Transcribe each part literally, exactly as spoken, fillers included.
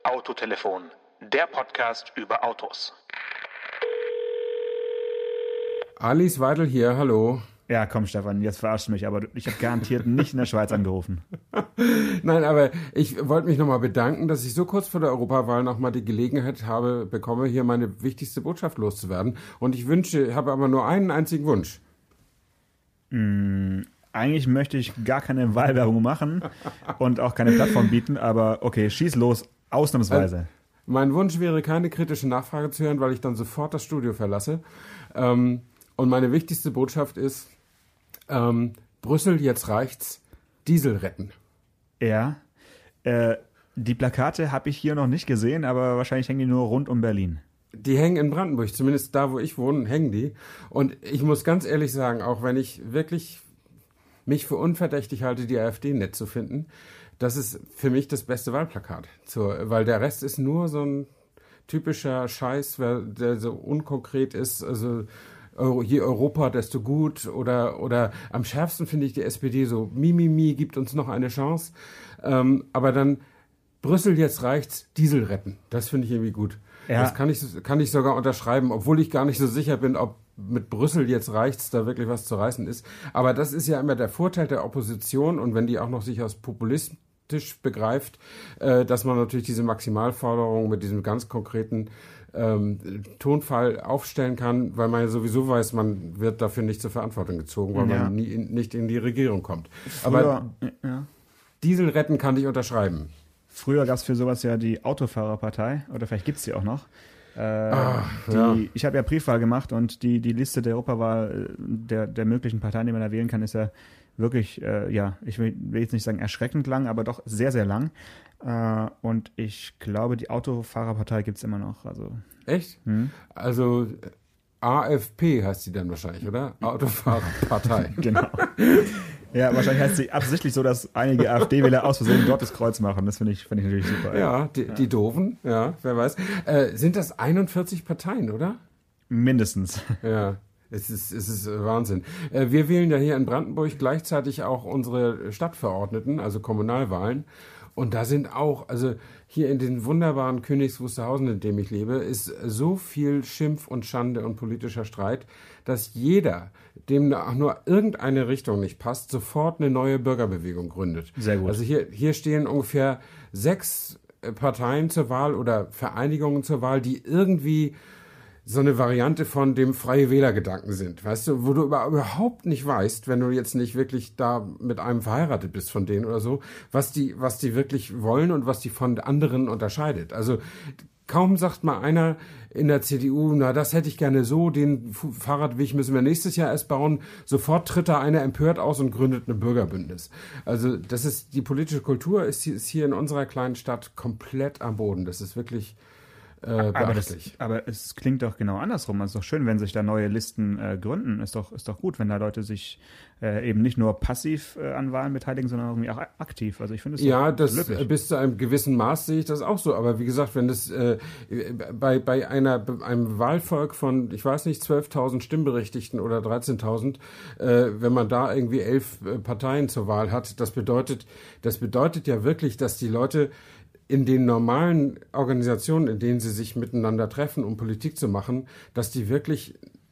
Autotelefon, der Podcast über Autos. Alice Weidel hier, hallo. Ja, komm Stefan, jetzt verarschst du mich, aber ich habe garantiert nicht in der Schweiz angerufen. Nein, aber ich wollte mich nochmal bedanken, dass ich so kurz vor der Europawahl nochmal die Gelegenheit habe, bekomme, hier meine wichtigste Botschaft loszuwerden. Und ich wünsche, habe aber nur einen einzigen Wunsch. Mm, eigentlich möchte ich gar keine Wahlwerbung machen und auch keine Plattform bieten, aber okay, schieß los, ausnahmsweise. Also, mein Wunsch wäre, keine kritische Nachfrage zu hören, weil ich dann sofort das Studio verlasse. Ähm, und meine wichtigste Botschaft ist, Ähm, Brüssel, jetzt reicht's, Diesel retten. Ja, äh, die Plakate habe ich hier noch nicht gesehen, aber wahrscheinlich hängen die nur rund um Berlin. Die hängen in Brandenburg, zumindest da, wo ich wohne, hängen die. Und ich muss ganz ehrlich sagen, auch wenn ich wirklich mich für unverdächtig halte, die AfD nett zu finden, das ist für mich das beste Wahlplakat. Zur, weil der Rest ist nur so ein typischer Scheiß, der so unkonkret ist, also je Europa, desto gut. Oder, oder am schärfsten finde ich die S P D so, Mimimi, gibt uns noch eine Chance. Ähm, aber dann Brüssel, jetzt reicht's, Diesel retten. Das finde ich irgendwie gut. Ja. Das kann ich, kann ich sogar unterschreiben, obwohl ich gar nicht so sicher bin, ob mit Brüssel, jetzt reicht's, da wirklich was zu reißen ist. Aber das ist ja immer der Vorteil der Opposition. Und wenn die auch noch sich aus populistisch begreift, äh, dass man natürlich diese Maximalforderung mit diesem ganz konkreten Ähm, Tonfall aufstellen kann, weil man ja sowieso weiß, man wird dafür nicht zur Verantwortung gezogen, weil ja. man nie in, nicht in die Regierung kommt. Früher, Aber ja. Diesel retten kann ich unterschreiben. Früher gab es für sowas ja die Autofahrerpartei, oder vielleicht gibt es die auch noch. Äh, Ach, die, ja. Ich habe ja Briefwahl gemacht und die, die Liste der Europawahl der, der möglichen Parteien, die man da wählen kann, ist ja wirklich, äh, ja, ich will, will jetzt nicht sagen erschreckend lang, aber doch sehr, sehr lang. Uh, und ich glaube, die Autofahrerpartei gibt es immer noch. Also. Echt? Hm? Also A F P heißt sie dann wahrscheinlich, oder? Autofahrerpartei. Genau. Ja, wahrscheinlich heißt sie absichtlich so, dass einige AfD-Wähler aus Versehen dort das Kreuz machen. Das finde ich, find ich natürlich super. Ja, die, ja. die Doofen, ja, wer weiß. Äh, sind das einundvierzig Parteien, oder? Mindestens. Ja. Es ist, es ist Wahnsinn. Wir wählen ja hier in Brandenburg gleichzeitig auch unsere Stadtverordneten, also Kommunalwahlen. Und da sind auch, also hier in den wunderbaren Königs Wusterhausen, in dem ich lebe, ist so viel Schimpf und Schande und politischer Streit, dass jeder, dem auch nur irgendeine Richtung nicht passt, sofort eine neue Bürgerbewegung gründet. Sehr gut. Also hier, hier stehen ungefähr sechs Parteien zur Wahl oder Vereinigungen zur Wahl, die irgendwie so eine Variante von dem freie Wählergedanken sind, weißt du, wo du überhaupt nicht weißt, wenn du jetzt nicht wirklich da mit einem verheiratet bist von denen oder so, was die, was die wirklich wollen und was die von anderen unterscheidet. Also kaum sagt mal einer in der C D U, na, das hätte ich gerne so, den Fahrradweg müssen wir nächstes Jahr erst bauen. Sofort tritt da einer empört aus und gründet eine Bürgerbündnis. Also das ist, die politische Kultur ist, ist hier in unserer kleinen Stadt komplett am Boden. Das ist wirklich Äh, aber, das, aber es klingt doch genau andersrum. Es ist doch schön, wenn sich da neue Listen äh, gründen. Ist doch, ist doch gut, wenn da Leute sich äh, eben nicht nur passiv äh, an Wahlen beteiligen, sondern irgendwie auch aktiv. Also ich finde es ja, das bis zu einem gewissen Maß sehe ich das auch so. Aber wie gesagt, wenn das äh, bei bei einer einem Wahlvolk von, ich weiß nicht, zwölftausend Stimmberechtigten oder dreizehntausend, äh, wenn man da irgendwie elf äh, Parteien zur Wahl hat, das bedeutet, das bedeutet ja wirklich, dass die Leute in den normalen Organisationen, in denen sie sich miteinander treffen, um Politik zu machen, dass die wirklich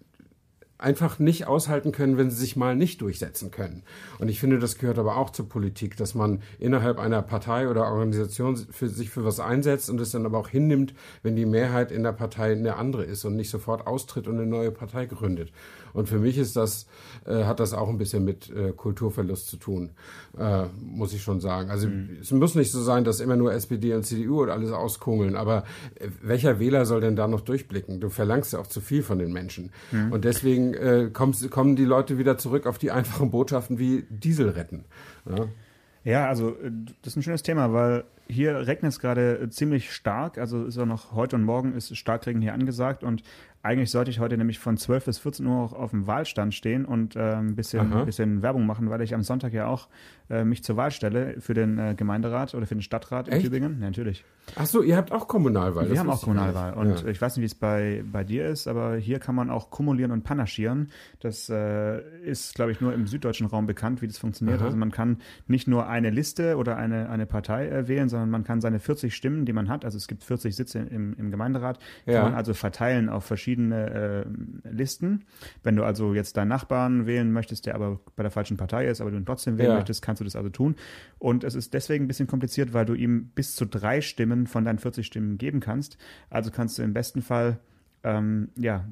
einfach nicht aushalten können, wenn sie sich mal nicht durchsetzen können. Und ich finde, das gehört aber auch zur Politik, dass man innerhalb einer Partei oder Organisation für sich für was einsetzt und es dann aber auch hinnimmt, wenn die Mehrheit in der Partei eine andere ist und nicht sofort austritt und eine neue Partei gründet. Und für mich ist das, äh, hat das auch ein bisschen mit äh, Kulturverlust zu tun, äh, muss ich schon sagen. Also mhm. es muss nicht so sein, dass immer nur S P D und C D U und alles auskungeln, aber äh, welcher Wähler soll denn da noch durchblicken? Du verlangst ja auch zu viel von den Menschen. Mhm. Und deswegen äh, kommst, kommen die Leute wieder zurück auf die einfachen Botschaften wie Diesel retten. Ja. Ja, also das ist ein schönes Thema, weil hier regnet es gerade ziemlich stark, also ist auch noch heute und morgen ist Starkregen hier angesagt und eigentlich sollte ich heute nämlich von zwölf bis vierzehn Uhr auch auf dem Wahlstand stehen und äh, ein bisschen, ein bisschen Werbung machen, weil ich am Sonntag ja auch äh, mich zur Wahl stelle für den äh, Gemeinderat oder für den Stadtrat in Echt? Tübingen. Ja, natürlich. Ach so, ihr habt auch Kommunalwahl. Wir das haben auch wusste ich Kommunalwahl. nicht. Und Ja. ich weiß nicht, wie es bei, bei dir ist, aber hier kann man auch kumulieren und panaschieren. Das äh, ist, glaube ich, nur im süddeutschen Raum bekannt, wie das funktioniert. Aha. Also man kann nicht nur eine Liste oder eine, eine Partei äh, wählen, sondern man kann seine vierzig Stimmen, die man hat, also es gibt vierzig Sitze im, im Gemeinderat, kann Ja. man also verteilen auf verschiedene äh, Listen. Wenn du also jetzt deinen Nachbarn wählen möchtest, der aber bei der falschen Partei ist, aber du ihn trotzdem wählen Ja. möchtest, kannst du das also tun. Und es ist deswegen ein bisschen kompliziert, weil du ihm bis zu drei Stimmen von deinen vierzig Stimmen geben kannst. Also kannst du im besten Fall ähm, ja,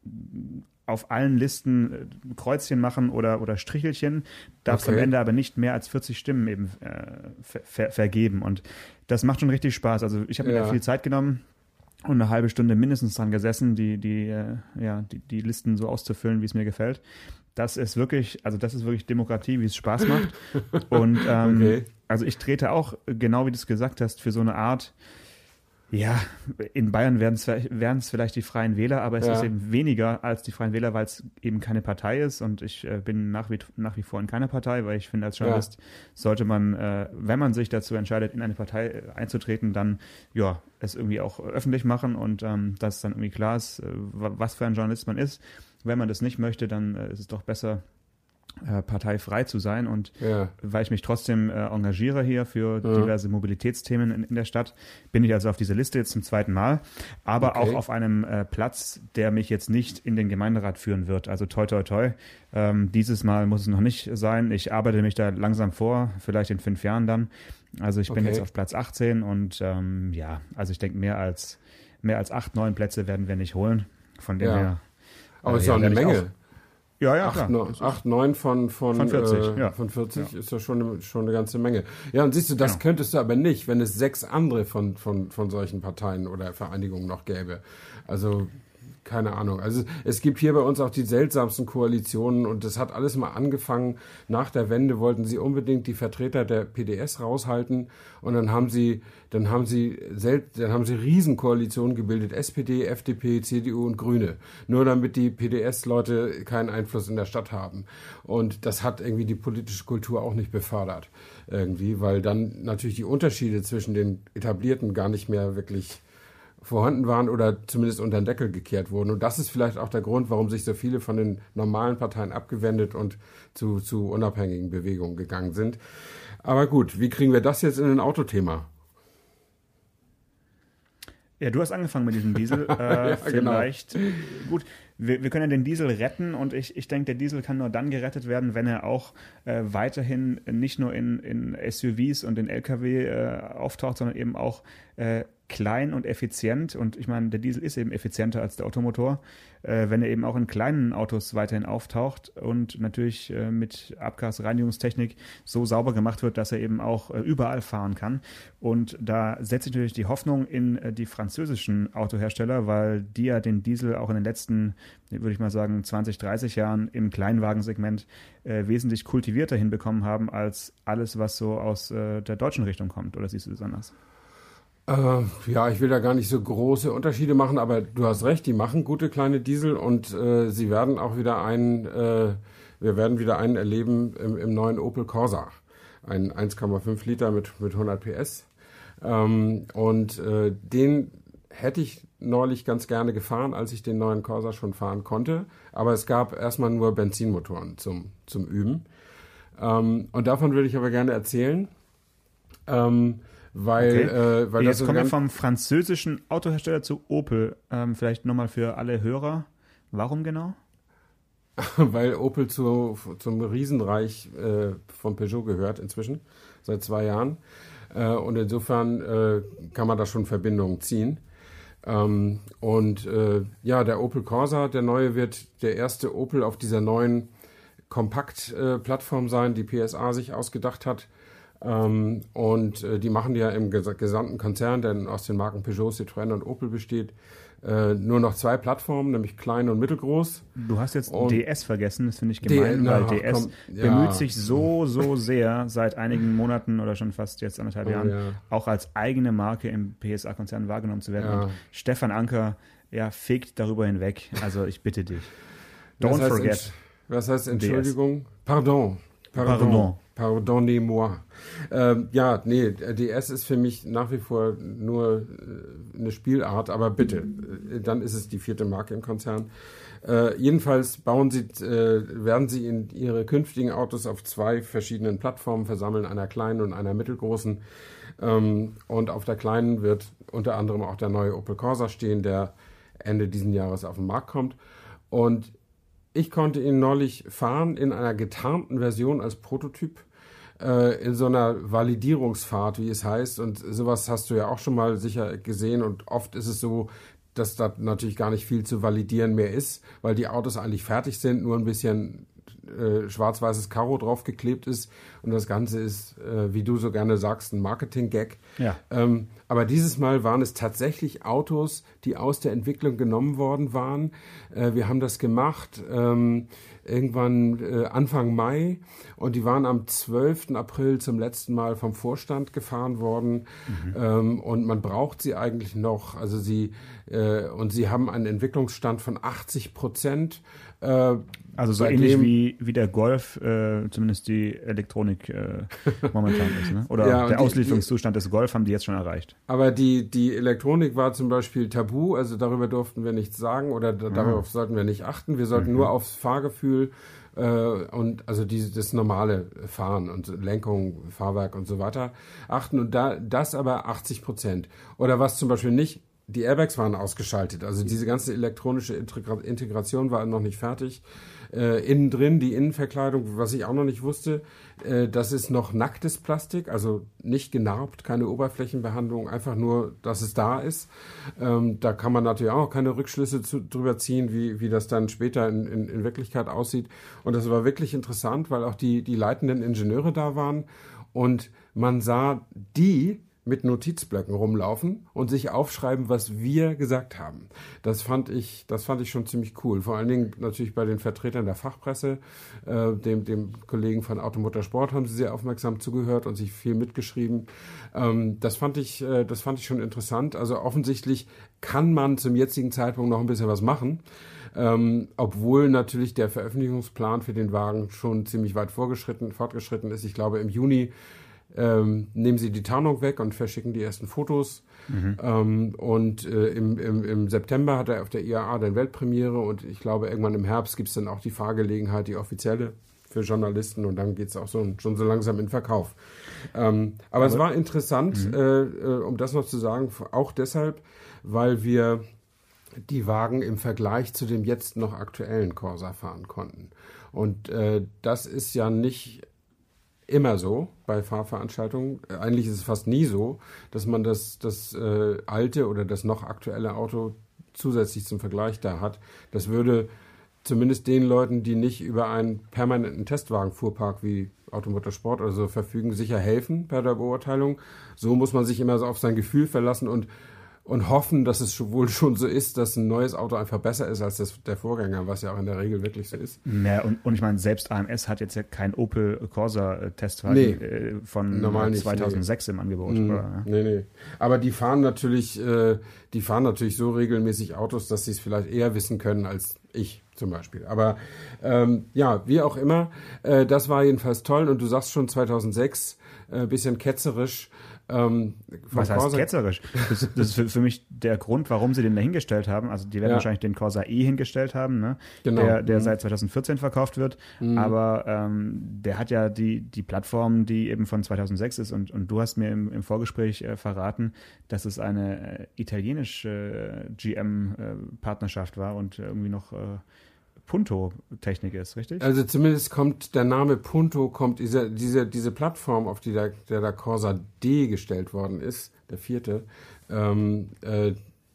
auf allen Listen äh, Kreuzchen machen oder, oder Strichelchen, darfst Okay. am Ende aber nicht mehr als vierzig Stimmen eben äh, ver ver vergeben. Und das macht schon richtig Spaß. Also ich habe mir Ja. da viel Zeit genommen und eine halbe Stunde mindestens dran gesessen, die, die, äh, ja, die, die Listen so auszufüllen, wie es mir gefällt. Das ist wirklich, also das ist wirklich Demokratie, wie es Spaß macht. Und ähm, Okay. also ich trete auch, genau wie du es gesagt hast, für so eine Art, ja, in Bayern wären es vielleicht die Freien Wähler, aber es Ja. ist eben weniger als die Freien Wähler, weil es eben keine Partei ist. Und ich äh, bin nach wie, nach wie vor in keiner Partei, weil ich finde, als Journalist sollte man, äh, wenn man sich dazu entscheidet, in eine Partei äh, einzutreten, dann ja, es irgendwie auch öffentlich machen und ähm, dass dann irgendwie klar ist, äh, was für ein Journalist man ist. Wenn man das nicht möchte, dann äh, ist es doch besser, äh, parteifrei zu sein. Und Ja. weil ich mich trotzdem äh, engagiere hier für Ja. diverse Mobilitätsthemen in, in der Stadt, bin ich also auf dieser Liste jetzt zum zweiten Mal, aber Okay. auch auf einem äh, Platz, der mich jetzt nicht in den Gemeinderat führen wird. Also toi, toi, toi. Ähm, dieses Mal muss es noch nicht sein. Ich arbeite mich da langsam vor, vielleicht in fünf Jahren dann. Also ich bin Okay. jetzt auf Platz achtzehn und ähm, ja, also ich denke, mehr als, mehr als acht, neun Plätze werden wir nicht holen. Von dem Ja. her. Aber äh, es ist ja, auch eine werde ich Menge. auch- Ja, ja, Acht, klar. no, acht, neun von, von, Von vierzig, äh, ja. von vierzig Ja. ist ja schon eine, schon eine ganze Menge. Ja, und siehst du, das Genau. könntest du aber nicht, wenn es sechs andere von, von, von solchen Parteien oder Vereinigungen noch gäbe. Also, keine Ahnung. Also es gibt hier bei uns auch die seltsamsten Koalitionen und das hat alles mal angefangen. Nach der Wende wollten sie unbedingt die Vertreter der P D S raushalten und dann haben sie, dann haben sie sel- dann haben sie Riesenkoalitionen gebildet, S P D, F D P, C D U und Grüne. Nur damit die P D S-Leute keinen Einfluss in der Stadt haben. Und das hat irgendwie die politische Kultur auch nicht befördert. Irgendwie, weil dann natürlich die Unterschiede zwischen den Etablierten gar nicht mehr wirklich vorhanden waren oder zumindest unter den Deckel gekehrt wurden. Und das ist vielleicht auch der Grund, warum sich so viele von den normalen Parteien abgewendet und zu, zu unabhängigen Bewegungen gegangen sind. Aber gut, wie kriegen wir das jetzt in ein Autothema? Ja, du hast angefangen mit diesem Diesel. Äh, Ja, genau. vielleicht, äh, gut, wir, wir können ja den Diesel retten und ich, ich denke, der Diesel kann nur dann gerettet werden, wenn er auch äh, weiterhin nicht nur in, in S U Vs und in L K W äh, auftaucht, sondern eben auch äh, klein und effizient. Und ich meine, der Diesel ist eben effizienter als der Automotor, äh, wenn er eben auch in kleinen Autos weiterhin auftaucht und natürlich äh, mit Abgasreinigungstechnik so sauber gemacht wird, dass er eben auch äh, überall fahren kann. Und da setze ich natürlich die Hoffnung in äh, die französischen Autohersteller, weil die ja den Diesel auch in den letzten, würde ich mal sagen, zwanzig, dreißig Jahren im Kleinwagensegment äh, wesentlich kultivierter hinbekommen haben als alles, was so aus äh, der deutschen Richtung kommt. Oder siehst du das anders? Äh, ja, ich will da gar nicht so große Unterschiede machen, aber du hast recht, die machen gute kleine Diesel und äh, sie werden auch wieder einen, äh, wir werden wieder einen erleben im, im neuen Opel Corsa. Ein eins Komma fünf Liter mit, mit hundert P S. Ähm, und äh, den hätte ich neulich ganz gerne gefahren, als ich den neuen Corsa schon fahren konnte. Aber es gab erstmal nur Benzinmotoren zum, zum Üben. Ähm, und davon würde ich aber gerne erzählen. Ähm, Weil, Okay. äh, weil Jetzt das so kommen wir ganz, vom französischen Autohersteller zu Opel. Ähm, vielleicht nochmal für alle Hörer. Warum genau? weil Opel zu, zum Riesenreich äh, von Peugeot gehört inzwischen, seit zwei Jahren. Äh, und insofern äh, kann man da schon Verbindungen ziehen. Ähm, und äh, ja, der Opel Corsa, der neue, wird der erste Opel auf dieser neuen Kompakt-Plattform sein, die P S A sich ausgedacht hat. Ähm, und äh, die machen ja im ges gesamten Konzern, der aus den Marken Peugeot, Citroën und Opel besteht, äh, nur noch zwei Plattformen, nämlich klein und mittelgroß. Du hast jetzt Und D S vergessen, das finde ich gemein, D- weil na, D S komm, ja. bemüht sich so, so sehr seit einigen Monaten oder schon fast jetzt anderthalb Oh, Jahren, ja. auch als eigene Marke im P S A-Konzern wahrgenommen zu werden. Ja. Und Stefan Anker ja, fegt darüber hinweg. Also ich bitte dich. Don't was heißt forget. Entsch- was heißt Entschuldigung? Pardon. Pardon. Pardon. Pardonnez-moi. Ähm, ja, nee, D S ist für mich nach wie vor nur äh, eine Spielart, aber bitte, äh, dann ist es die vierte Marke im Konzern. Äh, jedenfalls bauen sie, äh, werden sie in ihre künftigen Autos auf zwei verschiedenen Plattformen versammeln, einer kleinen und einer mittelgroßen. Ähm, und auf der kleinen wird unter anderem auch der neue Opel Corsa stehen, der Ende diesen Jahres auf den Markt kommt. Und ich konnte ihn neulich fahren in einer getarnten Version als Prototyp, äh, in so einer Validierungsfahrt, wie es heißt. Und sowas hast du ja auch schon mal sicher gesehen. Und oft ist es so, dass da natürlich gar nicht viel zu validieren mehr ist, weil die Autos eigentlich fertig sind, nur ein bisschen äh, schwarz-weißes Karo draufgeklebt ist. Und das Ganze ist, äh, wie du so gerne sagst, ein Marketing-Gag. Ja. Ähm, aber dieses Mal waren es tatsächlich Autos, die aus der Entwicklung genommen worden waren. Äh, wir haben das gemacht ähm, irgendwann äh, Anfang Mai und die waren am zwölften April zum letzten Mal vom Vorstand gefahren worden. Mhm. Ähm, und man braucht sie eigentlich noch. Also sie äh, und sie haben einen Entwicklungsstand von achtzig Prozent. Äh, Also so ähnlich wie, wie der Golf, äh, zumindest die Elektronik äh, momentan ist, ne? Oder ja, der die, Auslieferungszustand des Golf haben die jetzt schon erreicht. Aber die, die Elektronik war zum Beispiel tabu, also darüber durften wir nichts sagen oder da, darauf ah. sollten wir nicht achten. Wir sollten Mhm. nur aufs Fahrgefühl äh, und also die, das normale Fahren und Lenkung, Fahrwerk und so weiter achten und da das aber achtzig Prozent. Oder was zum Beispiel nicht, die Airbags waren ausgeschaltet, also diese ganze elektronische Integra- Integration war noch nicht fertig. Äh, innen drin, die Innenverkleidung, was ich auch noch nicht wusste, äh, das ist noch nacktes Plastik, also nicht genarbt, keine Oberflächenbehandlung, einfach nur, dass es da ist. Ähm, da kann man natürlich auch noch keine Rückschlüsse zu, drüber ziehen, wie, wie das dann später in, in, in Wirklichkeit aussieht. Und das war wirklich interessant, weil auch die, die leitenden Ingenieure da waren und man sah die mit Notizblöcken rumlaufen und sich aufschreiben, was wir gesagt haben. Das fand ich, das fand ich schon ziemlich cool. Vor allen Dingen natürlich bei den Vertretern der Fachpresse, äh, dem, dem Kollegen von Automotorsport haben sie sehr aufmerksam zugehört und sich viel mitgeschrieben. Ähm, das fand ich, äh, das fand ich schon interessant. Also offensichtlich kann man zum jetzigen Zeitpunkt noch ein bisschen was machen. Ähm, obwohl natürlich der Veröffentlichungsplan für den Wagen schon ziemlich weit vorgeschritten, fortgeschritten ist. Ich glaube, im Juni Ähm, nehmen sie die Tarnung weg und verschicken die ersten Fotos. Mhm. Ähm, und äh, im, im, im September hat er auf der I A A dann Weltpremiere und ich glaube, irgendwann im Herbst gibt es dann auch die Fahrgelegenheit, die offizielle für Journalisten und dann geht es auch so, schon so langsam in Verkauf. Ähm, aber, aber es war interessant, mhm. äh, äh, um das noch zu sagen, auch deshalb, weil wir die Wagen im Vergleich zu dem jetzt noch aktuellen Corsa fahren konnten. Und äh, das ist ja nicht immer so bei Fahrveranstaltungen. Eigentlich ist es fast nie so, dass man das, das äh, alte oder das noch aktuelle Auto zusätzlich zum Vergleich da hat. Das würde zumindest den Leuten, die nicht über einen permanenten Testwagenfuhrpark wie Automotorsport oder so verfügen, sicher helfen bei der Beurteilung. So muss man sich immer so auf sein Gefühl verlassen und und hoffen, dass es wohl schon so ist, dass ein neues Auto einfach besser ist als das, der Vorgänger, was ja auch in der Regel wirklich so ist. Ja, und, und ich meine, selbst A M S hat jetzt ja kein Opel Corsa-Testwagen nee, äh, von nicht, zweitausendsechs nee. im Angebot. Mm, oder, ja? Nee, nee. Aber die fahren natürlich, äh, die fahren natürlich so regelmäßig Autos, dass sie es vielleicht eher wissen können als ich zum Beispiel. Aber ähm, ja, wie auch immer, äh, das war jedenfalls toll. Und du sagst schon zweitausendsechs, äh, bisschen ketzerisch. Ähm, Was heißt Corsa ketzerisch? Das, das ist für, für mich der Grund, warum sie den da hingestellt haben. Also die werden ja. wahrscheinlich den Corsa E hingestellt haben, ne? Genau. der, der mhm. seit zweitausendvierzehn verkauft wird. Mhm. Aber ähm, der hat ja die, die Plattform, die eben von zweitausendsechs ist. Und, und du hast mir im, im Vorgespräch äh, verraten, dass es eine äh, italienische äh, G M-Partnerschaft äh, war und irgendwie noch äh, Punto-Technik ist, richtig? Also zumindest kommt der Name Punto, kommt diese, diese, diese Plattform, auf die der, der, der Corsa D gestellt worden ist, der vierte, ähm, äh,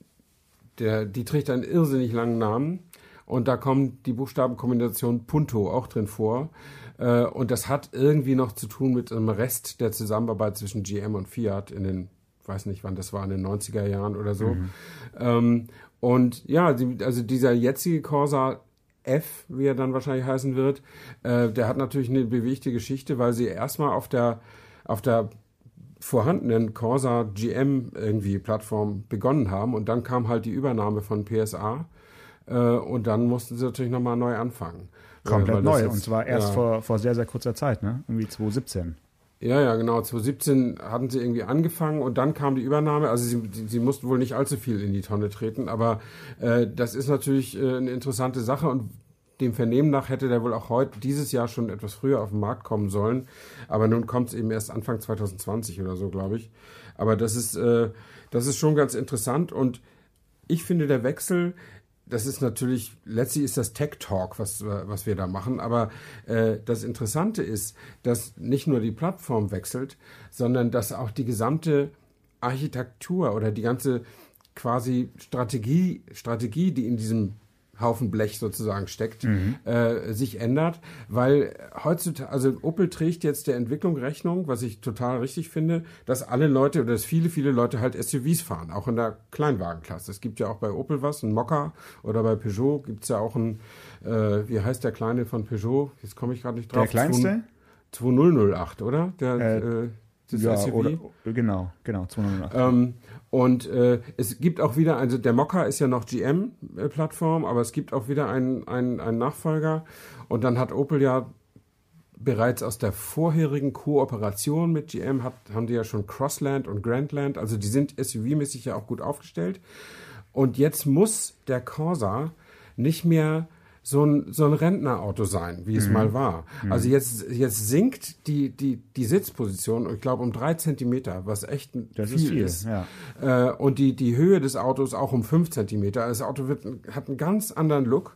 der, die trägt einen irrsinnig langen Namen und da kommt die Buchstabenkombination Punto auch drin vor äh, und das hat irgendwie noch zu tun mit einem Rest der Zusammenarbeit zwischen G M und Fiat in den, ich weiß nicht wann das war, in den neunziger Jahren oder so. Mhm. Ähm, und ja, die, also dieser jetzige Corsa F, wie er dann wahrscheinlich heißen wird, äh, der hat natürlich eine bewegte Geschichte, weil sie erstmal auf der, auf der vorhandenen Corsa G M irgendwie Plattform begonnen haben und dann kam halt die Übernahme von P S A äh, und dann mussten sie natürlich nochmal neu anfangen. Komplett äh, neu jetzt, und zwar erst ja, vor, vor sehr, sehr kurzer Zeit, ne? Irgendwie zwanzig siebzehn. Ja, ja, genau. zwanzig siebzehn hatten sie irgendwie angefangen und dann kam die Übernahme. Also sie, sie, sie mussten wohl nicht allzu viel in die Tonne treten, aber äh, das ist natürlich äh, eine interessante Sache und dem Vernehmen nach hätte der wohl auch heute, dieses Jahr schon etwas früher auf den Markt kommen sollen. Aber nun kommt es eben erst Anfang zwanzig zwanzig oder so, glaube ich. Aber das ist, äh, das ist schon ganz interessant und ich finde der Wechsel, das ist natürlich, letztlich ist das Tech Talk, was, was wir da machen, aber äh, das Interessante ist, dass nicht nur die Plattform wechselt, sondern dass auch die gesamte Architektur oder die ganze quasi Strategie, Strategie, die in diesem Haufen Blech sozusagen steckt, mhm. äh, sich ändert, weil heutzutage, also Opel trägt jetzt der Entwicklung Rechnung, was ich total richtig finde, dass alle Leute oder dass viele, viele Leute halt S U Vs fahren, auch in der Kleinwagenklasse. Es gibt ja auch bei Opel was, ein Mokka oder bei Peugeot gibt es ja auch ein, äh, wie heißt der Kleine von Peugeot? Jetzt komme ich gerade nicht drauf. Der kleinste? zweitausend acht, oder? Der, äh, äh, das ja, S U V. oder, genau, genau, zweitausend acht. Ähm, und äh, es gibt auch wieder, also der Mokka ist ja noch G M-Plattform, aber es gibt auch wieder einen, einen, einen Nachfolger. Und dann hat Opel ja bereits aus der vorherigen Kooperation mit G M, hat, haben die ja schon Crossland und Grandland, also die sind S U V-mäßig ja auch gut aufgestellt. Und jetzt muss der Corsa nicht mehr so ein, so ein Rentnerauto sein, wie es mhm. mal war. Mhm. Also jetzt, jetzt sinkt die, die, die Sitzposition, ich glaube, um drei Zentimeter, was echt das viel ist. Viel, ist. ja. Äh, und die, die Höhe des Autos auch um fünf Zentimeter. Das Auto wird, hat einen ganz anderen Look.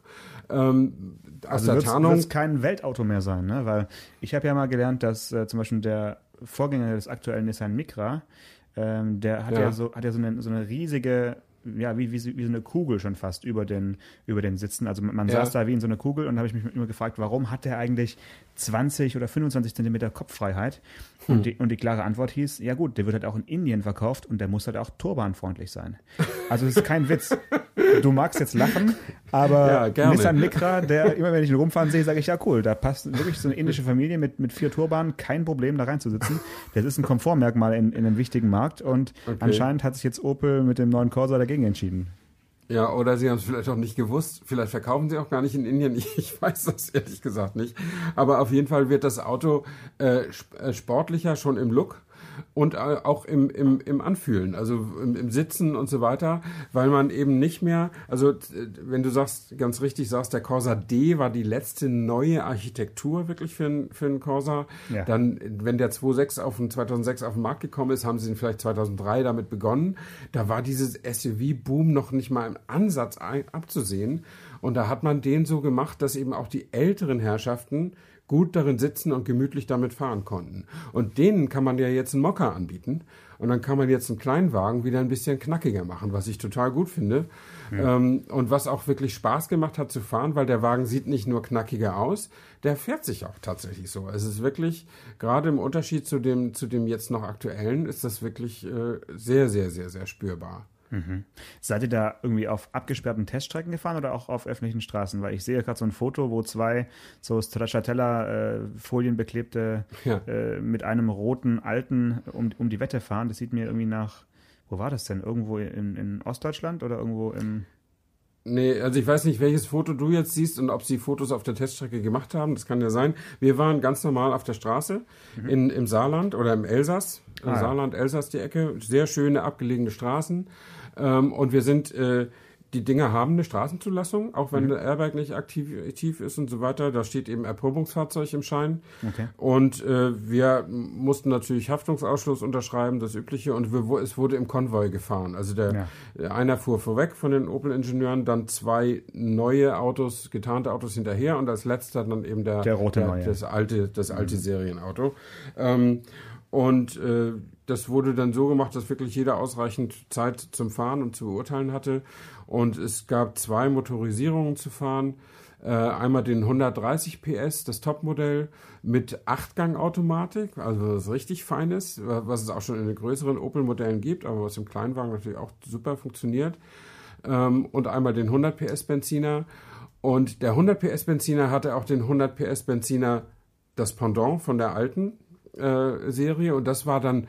Ähm, aus also der Tarnung. Wird es kein Weltauto mehr sein, ne? Weil ich habe ja mal gelernt, dass äh, zum Beispiel der Vorgänger des aktuellen Nissan Micra, ähm, der hat ja, ja so, hat ja so eine, so eine riesige, ja, wie, wie, wie so eine Kugel schon fast über den, über den Sitzen. Also man ja. saß da wie in so einer Kugel und da habe ich mich immer gefragt, warum hat der eigentlich zwanzig oder fünfundzwanzig Zentimeter Kopffreiheit? Hm. Und, die, und die klare Antwort hieß, ja gut, der wird halt auch in Indien verkauft und der muss halt auch turbanfreundlich sein. Also das ist kein Witz. Du magst jetzt lachen, aber ja, Nissan Micra, der immer wenn ich ihn rumfahren sehe, sage ich, ja cool, da passt wirklich so eine indische Familie mit, mit vier Turbanen, kein Problem da reinzusitzen. Das ist ein Komfortmerkmal in, in einem wichtigen Markt und okay. anscheinend hat sich jetzt Opel mit dem neuen Corsa dagegen entschieden. Ja, oder sie haben es vielleicht auch nicht gewusst. Vielleicht verkaufen sie auch gar nicht in Indien. Ich, ich weiß das ehrlich gesagt nicht. Aber auf jeden Fall wird das Auto äh, sportlicher schon im Look und äh, auch im, im, im Anfühlen, also im, im Sitzen und so weiter, weil man eben nicht mehr, also wenn du sagst, ganz richtig sagst, der Corsa D war die letzte neue Architektur wirklich für einen für einen Corsa, ja. Dann, wenn der zweitausendsechs auf den, zweitausendsechs auf den Markt gekommen ist, haben sie ihn vielleicht zweitausenddrei damit begonnen. Da war dieses S U V-Boom noch nicht mal im Ansatz ein, abzusehen und da hat man den so gemacht, dass eben auch die älteren Herrschaften gut darin sitzen und gemütlich damit fahren konnten. Und denen kann man ja jetzt einen Mokka anbieten. Und dann kann man jetzt einen Kleinwagen wieder ein bisschen knackiger machen, was ich total gut finde. Ja. Ähm, und was auch wirklich Spaß gemacht hat zu fahren, weil der Wagen sieht nicht nur knackiger aus, der fährt sich auch tatsächlich so. Es ist wirklich, gerade im Unterschied zu dem, zu dem jetzt noch aktuellen, ist das wirklich äh, sehr, sehr, sehr, sehr spürbar. Mhm. Seid ihr da irgendwie auf abgesperrten Teststrecken gefahren oder auch auf öffentlichen Straßen? Weil ich sehe gerade so ein Foto, wo zwei so Stracciatella-Folien äh, beklebte ja. äh, mit einem roten Alten um, um die Wette fahren. Das sieht mir irgendwie nach, wo war das denn? Irgendwo in, in Ostdeutschland oder irgendwo im... Nee, also ich weiß nicht, welches Foto du jetzt siehst und ob sie Fotos auf der Teststrecke gemacht haben. Das kann ja sein. Wir waren ganz normal auf der Straße mhm. in, im Saarland oder im Elsass. Im ah, Saarland, ja. Elsass die Ecke. Sehr schöne, abgelegene Straßen. Ähm, und wir sind, äh, die Dinger haben eine Straßenzulassung, auch wenn mhm. der Airbag nicht aktiv, aktiv ist und so weiter. Da steht eben Erprobungsfahrzeug im Schein. Okay. Und äh, wir mussten natürlich Haftungsausschluss unterschreiben, das Übliche. Und wir, es wurde im Konvoi gefahren. Also der, ja. einer fuhr vorweg von den Opel-Ingenieuren, dann zwei neue Autos, getarnte Autos hinterher und als letzter dann eben der, der rote der, neue. das alte, das alte mhm. Serienauto. Ähm, und äh, das wurde dann so gemacht, dass wirklich jeder ausreichend Zeit zum Fahren und zu beurteilen hatte. Und es gab zwei Motorisierungen zu fahren. Äh, einmal den hundertdreißig P S, das Topmodell, mit Achtgang-Automatik, also was richtig Feines, was es auch schon in den größeren Opel-Modellen gibt, aber was im Kleinwagen natürlich auch super funktioniert. Ähm, und einmal den hundert P S Benziner. Und der hundert P S Benziner hatte auch den hundert P S Benziner, das Pendant von der alten äh, Serie. Und das war dann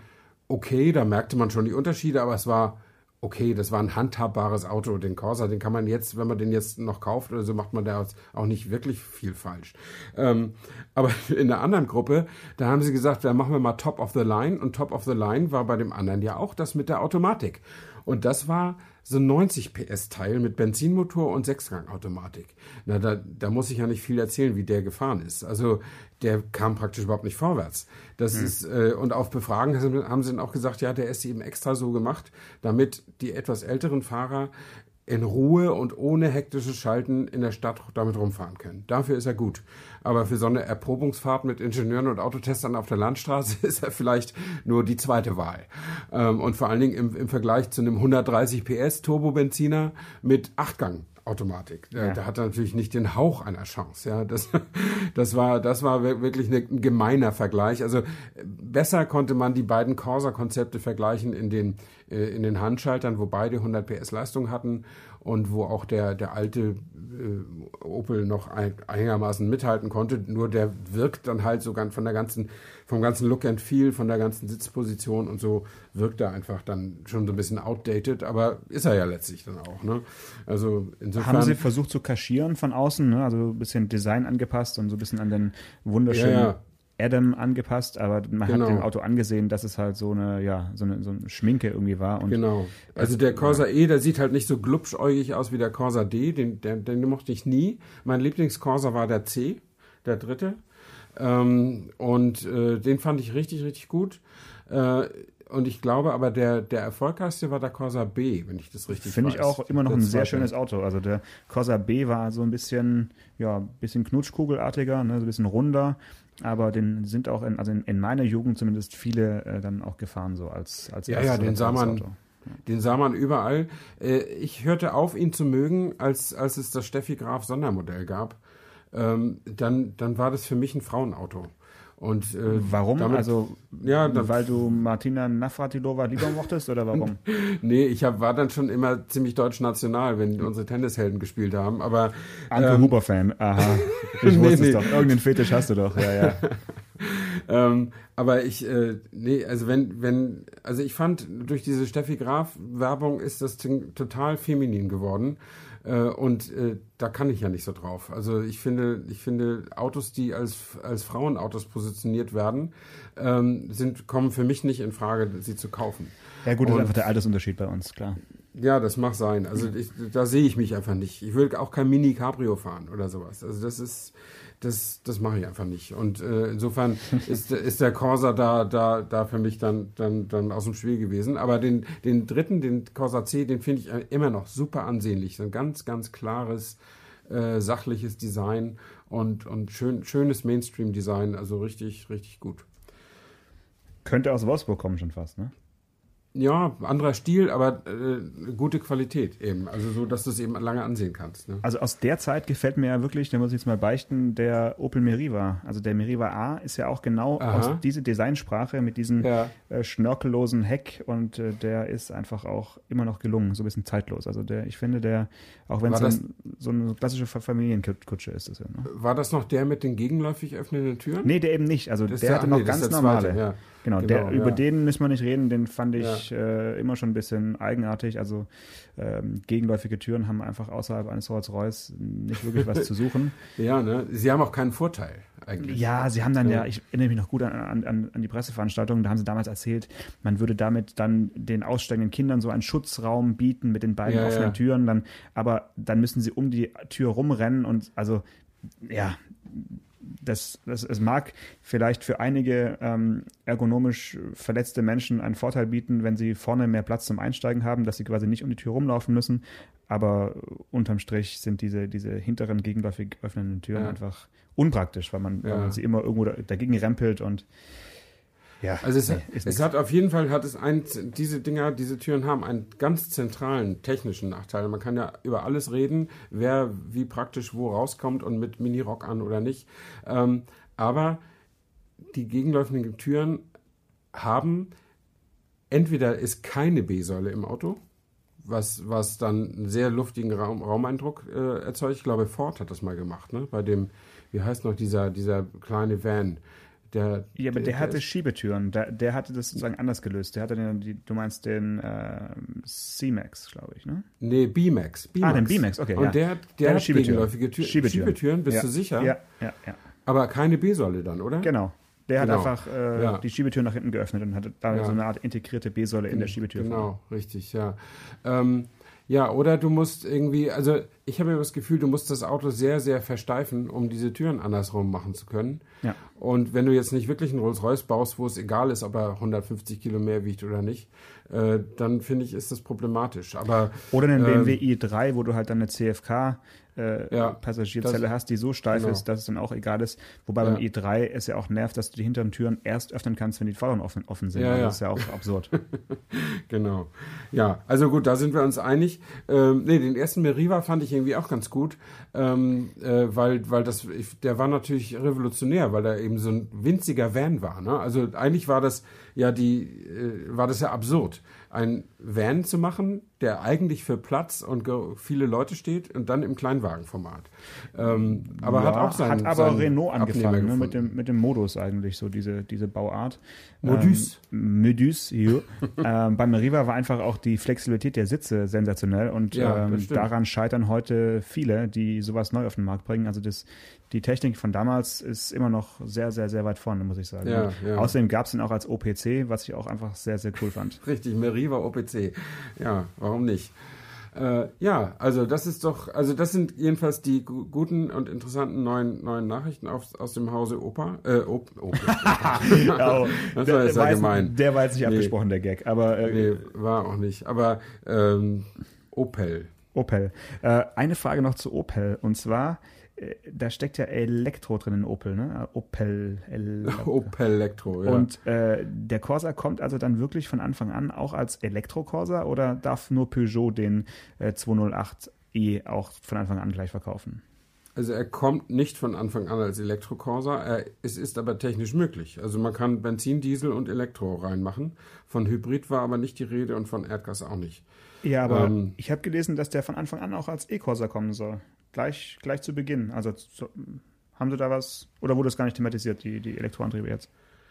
okay, da merkte man schon die Unterschiede, aber es war okay, das war ein handhabbares Auto. Den Corsa, den kann man jetzt, wenn man den jetzt noch kauft oder so, macht man da auch nicht wirklich viel falsch. Ähm, aber in der anderen Gruppe, da haben sie gesagt, da machen wir mal Top of the Line. Und Top of the Line war bei dem anderen ja auch das mit der Automatik. Und das war so ein neunzig P S Teil mit Benzinmotor und Sechsgang-Automatik. Na, da, da muss ich ja nicht viel erzählen, wie der gefahren ist. Also der kam praktisch überhaupt nicht vorwärts. Das hm. ist, äh, und auf Befragen haben sie dann auch gesagt, ja, der ist eben extra so gemacht, damit die etwas älteren Fahrer in Ruhe und ohne hektisches Schalten in der Stadt damit rumfahren können. Dafür ist er gut. Aber für so eine Erprobungsfahrt mit Ingenieuren und Autotestern auf der Landstraße ist er vielleicht nur die zweite Wahl. Ähm, und vor allen Dingen im, im Vergleich zu einem hundertdreißig P S Turbobenziner mit Achtgang. Automatik. Ja. Da hat er natürlich nicht den Hauch einer Chance. Ja, das, das war, das war wirklich ein gemeiner Vergleich. Also besser konnte man die beiden Corsa-Konzepte vergleichen in den, in den Handschaltern, wo beide hundert P S Leistung hatten und wo auch der, der alte äh, Opel noch ein, einigermaßen mithalten konnte. Nur der wirkt dann halt so ganz von der ganzen, vom ganzen Look and Feel, von der ganzen Sitzposition und so wirkt er einfach dann schon so ein bisschen outdated, aber ist er ja letztlich dann auch. Ne? Also insofern, haben sie versucht zu kaschieren von außen, ne? Also ein bisschen Design angepasst und so ein bisschen an den wunderschönen ja, ja. Adam angepasst, aber man genau. hat dem Auto angesehen, dass es halt so eine, ja, so eine, so eine Schminke irgendwie war. Und genau. Also der Corsa ja. E, der sieht halt nicht so glubschäugig aus wie der Corsa D, den, den, den mochte ich nie. Mein Lieblingscorsa war der C, der dritte. Ähm, und äh, den fand ich richtig, richtig gut. Äh, und ich glaube aber, der, der erfolgreichste war der Corsa B, wenn ich das richtig Finde weiß. ich auch immer noch der ein sehr zweite. schönes Auto. Also der Corsa B war so ein bisschen, ja, bisschen knutschkugelartiger, ne, so ein bisschen runder. Aber den sind auch in, also in, in meiner Jugend zumindest viele äh, dann auch gefahren, so als, als ja, ja, den sah man, Auto. Den sah man überall. Äh, ich hörte auf, ihn zu mögen, als, als es das Steffi Graf Sondermodell gab. Ähm, dann, dann war das für mich ein Frauenauto. Und, äh, warum? Damit, also, ja, dann, weil du Martina Navratilova lieber mochtest oder warum? Nee, ich hab, war dann schon immer ziemlich deutsch-national, wenn unsere Tennishelden gespielt haben. Aber Anke ähm, Huber-Fan, aha. Ich nee, wusste nee. es doch. Irgendeinen Fetisch hast du doch, ja, ja. ähm, aber ich, äh, nee, also wenn, wenn, also ich fand, durch diese Steffi Graf-Werbung ist das Ding total feminin geworden. Äh, und äh, da kann ich ja nicht so drauf. Also ich finde, ich finde Autos, die als, als Frauenautos positioniert werden, ähm, sind, kommen für mich nicht in Frage, sie zu kaufen. Ja gut, das und, ist einfach der Altersunterschied bei uns, klar. Ja, das mag sein. Also ich, da sehe ich mich einfach nicht. Ich will auch kein Mini-Cabrio fahren oder sowas. Also das ist, das, das mache ich einfach nicht. Und äh, insofern ist, ist der Corsa da, da, da für mich dann, dann, dann aus dem Spiel gewesen. Aber den, den dritten, den Corsa C, den finde ich immer noch super ansehnlich. So ein ganz, ganz klares, äh, sachliches Design und, und schön, schönes Mainstream-Design. Also richtig, richtig gut. Könnte aus Wolfsburg kommen schon fast, ne? Ja, anderer Stil, aber äh, gute Qualität eben. Also so, dass du es eben lange ansehen kannst. Ne? Also aus der Zeit gefällt mir ja wirklich, da muss ich jetzt mal beichten, der Opel Meriva. Also der Meriva A ist ja auch genau Aha. aus dieser Designsprache mit diesem ja. äh, schnörkellosen Heck und äh, der ist einfach auch immer noch gelungen, so ein bisschen zeitlos. Also der, ich finde der, auch wenn es so, ein, so eine klassische Familienkutsche ist. Das ja, ne? War das noch der mit den gegenläufig öffnenden Türen? Nee, der eben nicht. Also das der, der hatte noch nee, ganz das normale. Zweite, ja. Genau, Genau, der, ja. über den müssen wir nicht reden, den fand ich ja. äh, immer schon ein bisschen eigenartig. Also ähm, gegenläufige Türen haben einfach außerhalb eines Rolls-Royce nicht wirklich was zu suchen. Ja, ne? Sie haben auch keinen Vorteil eigentlich. Ja, sie haben dann ja, ja ich erinnere mich noch gut an, an, an die Presseveranstaltung, da haben sie damals erzählt, man würde damit dann den aussteigenden Kindern so einen Schutzraum bieten mit den beiden ja, offenen ja. Türen, dann, aber dann müssen sie um die Tür rumrennen und also, ja, Das, das, es mag vielleicht für einige ähm, ergonomisch verletzte Menschen einen Vorteil bieten, wenn sie vorne mehr Platz zum Einsteigen haben, dass sie quasi nicht um die Tür rumlaufen müssen. Aber unterm Strich sind diese, diese hinteren gegenläufig öffnenden Türen ja. einfach unpraktisch, weil man, ja. weil man sie immer irgendwo dagegen rempelt und ja. Also es, nee, es hat auf jeden Fall, hat es ein, diese Dinger, diese Türen haben einen ganz zentralen technischen Nachteil. Man kann ja über alles reden, wer wie praktisch wo rauskommt und mit Mini-Rock an oder nicht. Ähm, aber die gegenläufigen Türen haben, entweder ist keine B-Säule im Auto, was, was dann einen sehr luftigen Raum, Raumeindruck äh, erzeugt. Ich glaube, Ford hat das mal gemacht, ne? Bei dem, wie heißt noch dieser, dieser kleine Van, Der, Ja, aber der, der hatte ist, Schiebetüren. Der, der hatte das sozusagen anders gelöst. Der hatte den, die, du meinst den äh, C-Max, glaube ich, ne? Nee, B-Max. Ah, den B-Max, okay. Und ja. der, der, der hat gegenläufige Tür, Schiebetüren. Schiebetüren, bist ja. du sicher? Ja, ja, ja. Aber keine B-Säule dann, oder? Genau. Der Genau. hat einfach äh, Ja. die Schiebetür nach hinten geöffnet und hatte da Ja. so eine Art integrierte B-Säule in der Schiebetür. Genau, richtig, ja. Ähm, ja, oder du musst irgendwie, also ich habe mir das Gefühl, du musst das Auto sehr, sehr versteifen, um diese Türen andersrum machen zu können. Ja. Und wenn du jetzt nicht wirklich einen Rolls-Royce baust, wo es egal ist, ob er hundertfünfzig Kilo mehr wiegt oder nicht, äh, dann finde ich, ist das problematisch. Aber, Oder einen B M W ähm, i drei, wo du halt dann eine C F K äh, Ja, Passagierzelle das- hast, die so steif genau. ist, dass es dann auch egal ist. Wobei Ja. beim i drei es ja auch nervt, dass du die hinteren Türen erst öffnen kannst, wenn die vorderen offen, offen sind. Ja, Also ja. Das ist ja auch absurd. Genau. Ja, also gut, da sind wir uns einig. Ähm, nee, den ersten Meriva fand ich irgendwie auch ganz gut, ähm, äh, weil, weil das, ich, der war natürlich revolutionär, weil er eben so ein winziger Van war. Ne? Also eigentlich war das ja die, äh, war das ja absurd, ein Van zu machen, der eigentlich für Platz und ge- viele Leute steht und dann im Kleinwagenformat. Ähm, aber Ja, hat auch seinen Hat aber seinen Renault Abnehmer angefangen, ne, mit, gefunden. dem, mit dem Modus eigentlich, so diese, diese Bauart. Modus. Ähm, Modus, ja. ähm, beim Meriva war einfach auch die Flexibilität der Sitze sensationell und Ja, das ähm, stimmt. daran scheitern heute viele, die sowas neu auf den Markt bringen. Also das, die Technik von damals ist immer noch sehr, sehr, sehr weit vorne, muss ich sagen. Ja, Und ja. Außerdem gab es ihn auch als O P C, was ich auch einfach sehr, sehr cool fand. Richtig, Meriva O P C. Ja, warum nicht? Äh, ja, also das ist doch, also das sind jedenfalls die gu- guten und interessanten neuen, neuen Nachrichten aus, aus dem Hause Opa. Äh, Op, Op, Ja, oh, das der, war jetzt der, ja war gemein. jetzt, der war jetzt nicht Nee. abgesprochen, der Gag, aber äh, Nee, war auch nicht. Aber ähm, Opel. Opel. Äh, eine Frage noch zu Opel. Und zwar, äh, da steckt ja Elektro drin in Opel, ne? Opel. El Opel Elektro, ja. Und äh, der Corsa kommt also dann wirklich von Anfang an auch als Elektro-Corsa oder darf nur Peugeot den äh, zweihundertacht i auch von Anfang an gleich verkaufen? Also er kommt nicht von Anfang an als Elektro-Corsa, er, es ist aber technisch möglich. Also man kann Benzin, Diesel und Elektro reinmachen. Von Hybrid war aber nicht die Rede und von Erdgas auch nicht. Ja, aber Ähm, ich habe gelesen, dass der von Anfang an auch als E-Corsa kommen soll. Gleich, gleich zu Beginn. Also zu, haben Sie da was, oder wurde das gar nicht thematisiert, die, die Elektroantriebe jetzt?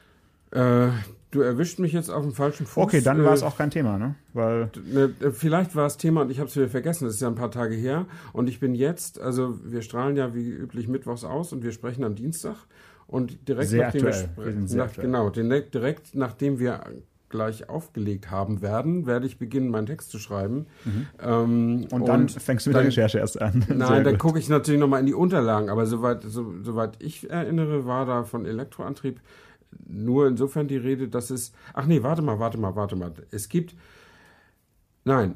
Äh, du erwischt mich jetzt auf dem falschen Fuß. Okay, dann war es Äh, auch kein Thema, ne? Weil Ne, vielleicht war es Thema und ich habe es wieder vergessen, das ist ja ein paar Tage her und ich bin jetzt, also wir strahlen ja wie üblich mittwochs aus und wir sprechen am Dienstag und direkt Sehr nachdem aktuell. wir, Wir sind spre- sehr nach, aktuell. genau, direkt, direkt nachdem wir gleich aufgelegt haben werden, werde ich beginnen, meinen Text zu schreiben. Ähm, Und dann fängst du mit dann- der Recherche erst an. Sehr Nein, dann gut. gucke ich natürlich nochmal in die Unterlagen, aber soweit, so, soweit ich erinnere, war da von Elektroantrieb nur insofern die Rede, dass es, ach nee, warte mal, warte mal, warte mal, es gibt, nein,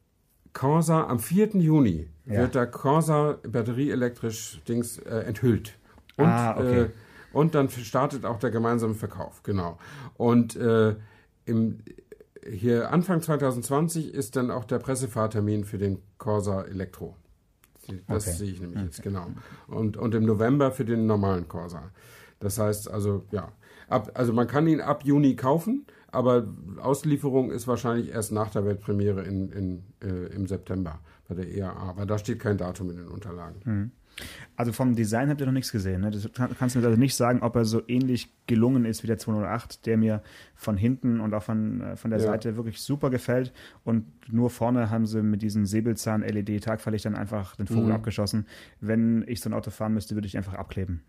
Corsa, am vierten Juni Ja. wird der Corsa batterieelektrisch Dings äh, enthüllt. Und, Ah, okay. äh, und dann startet auch der gemeinsame Verkauf, genau. Und äh, im, hier Anfang zwanzig zwanzig ist dann auch der Pressefahrtermin für den Corsa Elektro. Das Okay. sehe ich nämlich jetzt, genau. Und, und im November für den normalen Corsa. Das heißt also, ja, ab, also man kann ihn ab Juni kaufen, aber Auslieferung ist wahrscheinlich erst nach der Weltpremiere in, in, äh, im September bei der E A A. Aber da steht kein Datum in den Unterlagen. Also vom Design habt ihr noch nichts gesehen. Ne? Das kann, kannst du mir also nicht sagen, ob er so ähnlich gelungen ist wie der zweihundertacht, der mir von hinten und auch von, äh, von der Ja. Seite wirklich super gefällt. Und nur vorne haben sie mit diesen Säbelzahn-L E D-Tagverlichtern einfach den Vogel Mhm. abgeschossen. Wenn ich so ein Auto fahren müsste, würde ich einfach abkleben.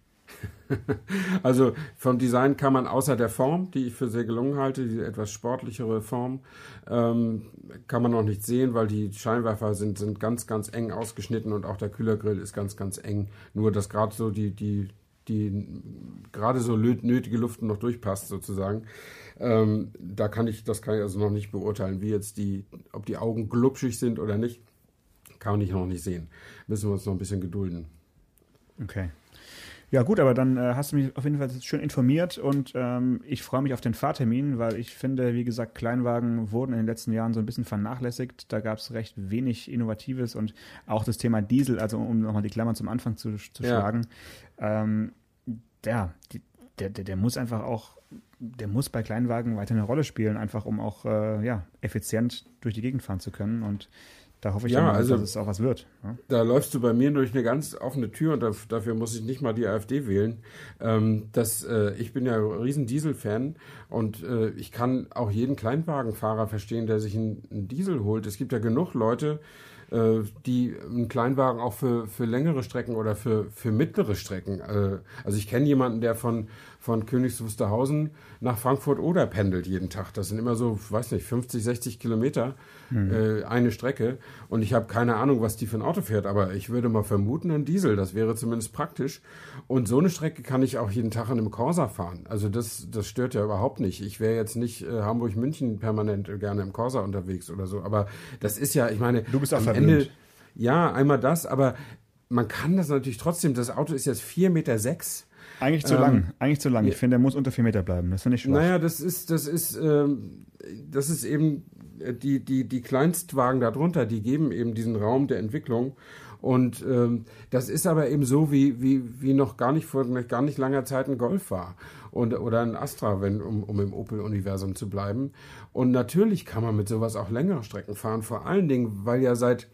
Also vom Design kann man außer der Form, die ich für sehr gelungen halte, die etwas sportlichere Form, ähm, kann man noch nicht sehen, weil die Scheinwerfer sind, sind ganz, ganz eng ausgeschnitten und auch der Kühlergrill ist ganz, ganz eng. Nur, dass gerade so die, die, die gerade so lö- nötige Luft noch durchpasst sozusagen. Ähm, da kann ich, das kann ich also noch nicht beurteilen, wie jetzt die, ob die Augen glubschig sind oder nicht, kann ich noch nicht sehen. Müssen wir uns noch ein bisschen gedulden. Okay. Ja gut, aber dann äh, hast du mich auf jeden Fall schön informiert und ähm, ich freue mich auf den Fahrtermin, weil ich finde, wie gesagt, Kleinwagen wurden in den letzten Jahren so ein bisschen vernachlässigt. Da gab es recht wenig Innovatives und auch das Thema Diesel, also um nochmal die Klammern zum Anfang zu, zu Ja. schlagen, ähm, ja, die, der, der, der muss einfach auch, der muss bei Kleinwagen weiter eine Rolle spielen, einfach um auch äh, ja, effizient durch die Gegend fahren zu können und da hoffe ich, ja, dann mal, also, dass es auch was wird. Ja? Da läufst du bei mir durch eine ganz offene Tür und dafür, dafür muss ich nicht mal die AfD wählen. Ähm, das, äh, ich bin ja ein riesen Diesel-Fan und äh, ich kann auch jeden Kleinwagenfahrer verstehen, der sich einen, einen Diesel holt. Es gibt ja genug Leute, äh, die einen Kleinwagen auch für, für längere Strecken oder für, für mittlere Strecken. Äh, also ich kenne jemanden, der von, von Königs Wusterhausen nach Frankfurt oder pendelt jeden Tag. Das sind immer so, weiß nicht, fünfzig, sechzig Kilometer mhm. äh, eine Strecke. Und ich habe keine Ahnung, was die für ein Auto fährt, aber ich würde mal vermuten, ein Diesel. Das wäre zumindest praktisch. Und so eine Strecke kann ich auch jeden Tag in einem Corsa fahren. Also das, das stört ja überhaupt nicht. Ich wäre jetzt nicht äh, Hamburg-München permanent gerne im Corsa unterwegs oder so. Aber das ist ja, ich meine, du bist auch am verwöhnt. Ende, ja, einmal das, aber man kann das natürlich trotzdem, das Auto ist jetzt vier Meter sechs. Eigentlich zu ähm, lang, eigentlich zu lang. Ich finde, der muss unter vier Meter bleiben. Das finde ich schwach. Naja, das ist, das ist, ähm, das ist eben die, die, die Kleinstwagen darunter, die geben eben diesen Raum der Entwicklung. Und ähm, das ist aber eben so, wie, wie, wie noch gar nicht vor gar nicht langer Zeit ein Golf war. Und, oder ein Astra, wenn, um, um im Opel-Universum zu bleiben. Und natürlich kann man mit sowas auch längere Strecken fahren. Vor allen Dingen, weil ja seit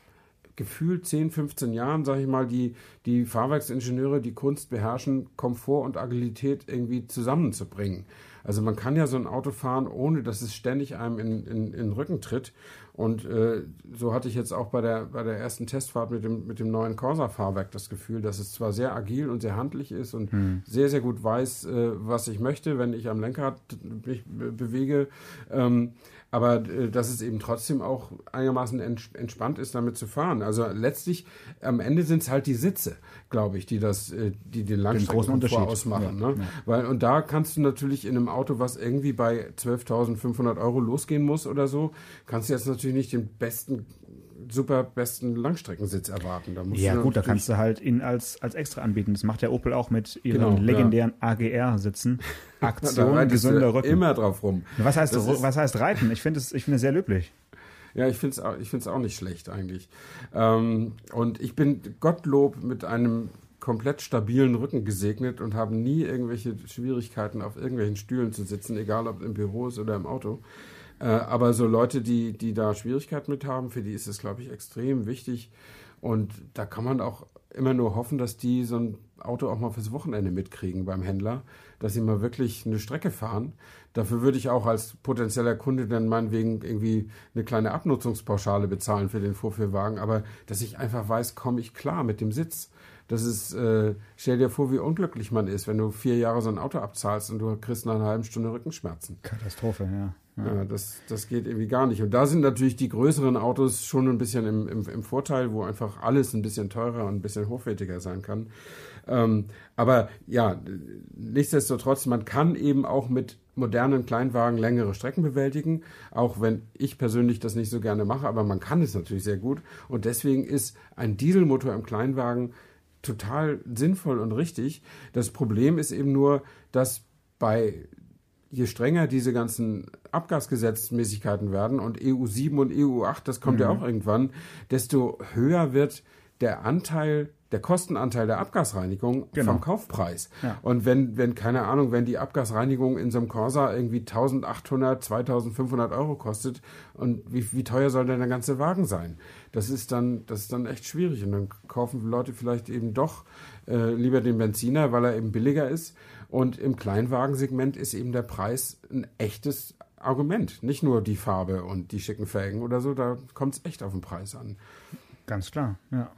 gefühlt zehn, fünfzehn Jahren, sage ich mal, die, die Fahrwerksingenieure die Kunst beherrschen, Komfort und Agilität irgendwie zusammenzubringen. Also man kann ja so ein Auto fahren, ohne dass es ständig einem in, in, in den Rücken tritt. Und äh, so hatte ich jetzt auch bei der, bei der ersten Testfahrt mit dem, mit dem neuen Corsa-Fahrwerk das Gefühl, dass es zwar sehr agil und sehr handlich ist und hm. sehr, sehr gut weiß, äh, was ich möchte, wenn ich am Lenkrad mich be- bewege, ähm, aber äh, dass es eben trotzdem auch einigermaßen ents- entspannt ist, damit zu fahren. Also letztlich, am Ende sind es halt die Sitze, glaube ich, die das, äh, die den Langstreckenkomfort ausmachen. Ja, ne? ja. Weil, und da kannst du natürlich in einem Auto, was irgendwie bei zwölftausendfünfhundert Euro losgehen muss oder so, kannst du jetzt natürlich nicht den besten, super besten Langstreckensitz erwarten. Da musst ja du gut, da kannst du halt ihn als, als extra anbieten. Das macht der Opel auch mit ihren Genau, legendären ja. A G R-Sitzen. Aktion, gesunder Rücken. Immer drauf rum. Was heißt, was heißt reiten? Ich finde es ich finde es sehr löblich. Ja, ich finde es auch, ich find's auch nicht schlecht eigentlich. Ähm, und ich bin Gottlob mit einem komplett stabilen Rücken gesegnet und habe nie irgendwelche Schwierigkeiten, auf irgendwelchen Stühlen zu sitzen, egal ob im Büro ist oder im Auto. Äh, aber so Leute, die, die da Schwierigkeiten mit haben, für die ist es, glaube ich, extrem wichtig. Und da kann man auch immer nur hoffen, dass die so ein Auto auch mal fürs Wochenende mitkriegen beim Händler, dass sie mal wirklich eine Strecke fahren. Dafür würde ich auch als potenzieller Kunde dann meinetwegen irgendwie eine kleine Abnutzungspauschale bezahlen für den Vorführwagen, aber dass ich einfach weiß, komme ich klar mit dem Sitz. Das ist, äh, stell dir vor, wie unglücklich man ist, wenn du vier Jahre so ein Auto abzahlst und du kriegst nach einer halben Stunde Rückenschmerzen. Katastrophe, ja. Ja, ja das, das geht irgendwie gar nicht. Und da sind natürlich die größeren Autos schon ein bisschen im, im, im Vorteil, wo einfach alles ein bisschen teurer und ein bisschen hochwertiger sein kann. Ähm, aber ja, nichtsdestotrotz, man kann eben auch mit modernen Kleinwagen längere Strecken bewältigen, auch wenn ich persönlich das nicht so gerne mache, aber man kann es natürlich sehr gut. Und deswegen ist ein Dieselmotor im Kleinwagen total sinnvoll und richtig. Das Problem ist eben nur, dass bei je strenger diese ganzen Abgasgesetzmäßigkeiten werden und E U sieben und E U acht, das kommt mhm. ja auch irgendwann, desto höher wird der Anteil, der Kostenanteil der Abgasreinigung genau. vom Kaufpreis. Ja. Und wenn, wenn, keine Ahnung, wenn die Abgasreinigung in so einem Corsa irgendwie eintausendachthundert, zweitausendfünfhundert Euro kostet, und wie, wie teuer soll denn der ganze Wagen sein? Das ist dann, das ist dann echt schwierig. Und dann kaufen Leute vielleicht eben doch äh, lieber den Benziner, weil er eben billiger ist. Und im Kleinwagensegment ist eben der Preis ein echtes Argument. Nicht nur die Farbe und die schicken Felgen oder so, da kommt es echt auf den Preis an. Ganz klar, ja.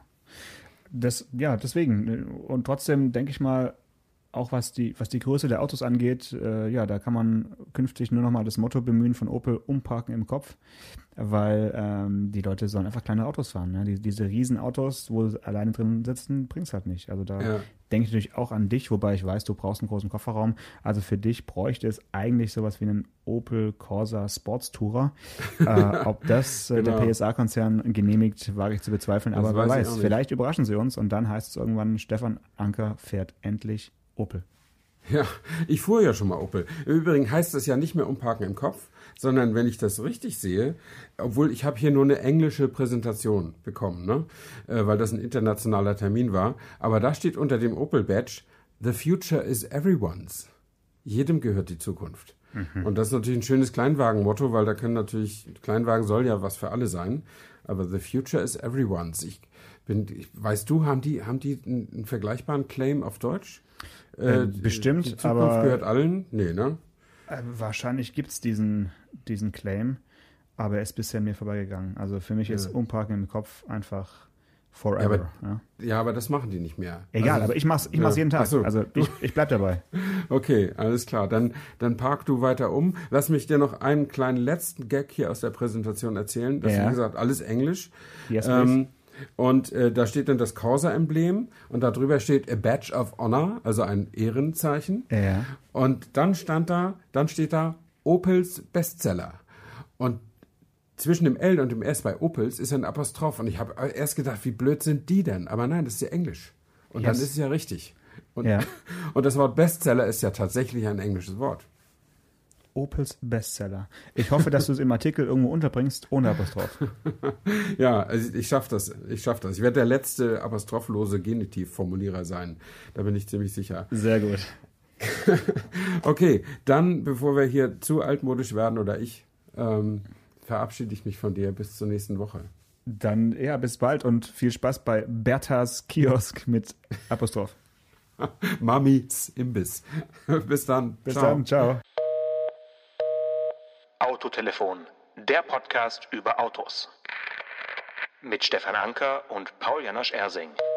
Das, ja, deswegen. Und trotzdem denke ich mal, auch was die, was die Größe der Autos angeht, äh, ja, da kann man künftig nur noch mal das Motto bemühen von Opel, umparken im Kopf, weil ähm, die Leute sollen einfach kleine Autos fahren. Ne? Die, diese Riesenautos, wo sie alleine drin sitzen, bringt's halt nicht. Also da ja. denke ich natürlich auch an dich, wobei ich weiß, du brauchst einen großen Kofferraum. Also für dich bräuchte es eigentlich sowas wie einen Opel Corsa Sportstourer. äh, ob das äh, genau. der P S A-Konzern genehmigt, wage ich zu bezweifeln. Das aber wer weiß, weiß vielleicht überraschen sie uns und dann heißt es irgendwann, Stefan Anker fährt endlich Opel. Ja, ich fuhr ja schon mal Opel. Im Übrigen heißt das ja nicht mehr umparken im Kopf, sondern wenn ich das richtig sehe, obwohl ich habe hier nur eine englische Präsentation bekommen, ne? äh, weil das ein internationaler Termin war, aber da steht unter dem Opel-Badge, The future is everyone's. jedem gehört die Zukunft. Mhm. Und das ist natürlich ein schönes Kleinwagen-Motto, weil da können natürlich, Kleinwagen soll ja was für alle sein, aber the future is everyone's. Ich bin, ich, weißt du, haben die, haben die einen, einen vergleichbaren Claim auf Deutsch? Äh, bestimmt, die Zukunft aber gehört allen? Nee, ne? Äh, wahrscheinlich gibt es diesen, diesen Claim, aber er ist bisher mir vorbeigegangen. Also für mich ja. ist Umparken im Kopf einfach forever. Ja, aber, ja. ja, aber das machen die nicht mehr. Egal, also, aber ich mach's, ich mach's ja. jeden Tag. So. Also ich, ich bleib dabei. Okay, alles klar. Dann, dann park du weiter um. Lass mich dir noch einen kleinen letzten Gag hier aus der Präsentation erzählen. Das ist, ja. wie gesagt, alles Englisch. Yes, ähm, und äh, da steht dann das Corsa-Emblem und da drüber steht a badge of honor, also ein Ehrenzeichen. Ja. Und dann stand da, dann steht da Opels Bestseller. Und zwischen dem L und dem S bei Opels ist ein Apostroph. Und ich habe erst gedacht, wie blöd sind die denn? Aber nein, das ist ja Englisch. Und yes. dann ist es ja richtig. Und, ja. und das Wort Bestseller ist ja tatsächlich ein englisches Wort. Opels Bestseller. Ich hoffe, dass du es im Artikel irgendwo unterbringst, ohne Apostroph. Ja, also ich schaffe das. Ich schaffe das. Ich werde der letzte apostrophlose Genitivformulierer sein. Da bin ich ziemlich sicher. Sehr gut. Okay, dann, bevor wir hier zu altmodisch werden oder ich, ähm, verabschiede ich mich von dir bis zur nächsten Woche. Dann, ja, bis bald und viel Spaß bei Berthas Kiosk mit Apostroph. Mamis Imbiss. Bis dann. Bis ciao. dann, ciao. Autotelefon, der Podcast über Autos. Mit Stefan Anker und Paul Janosch Ersing.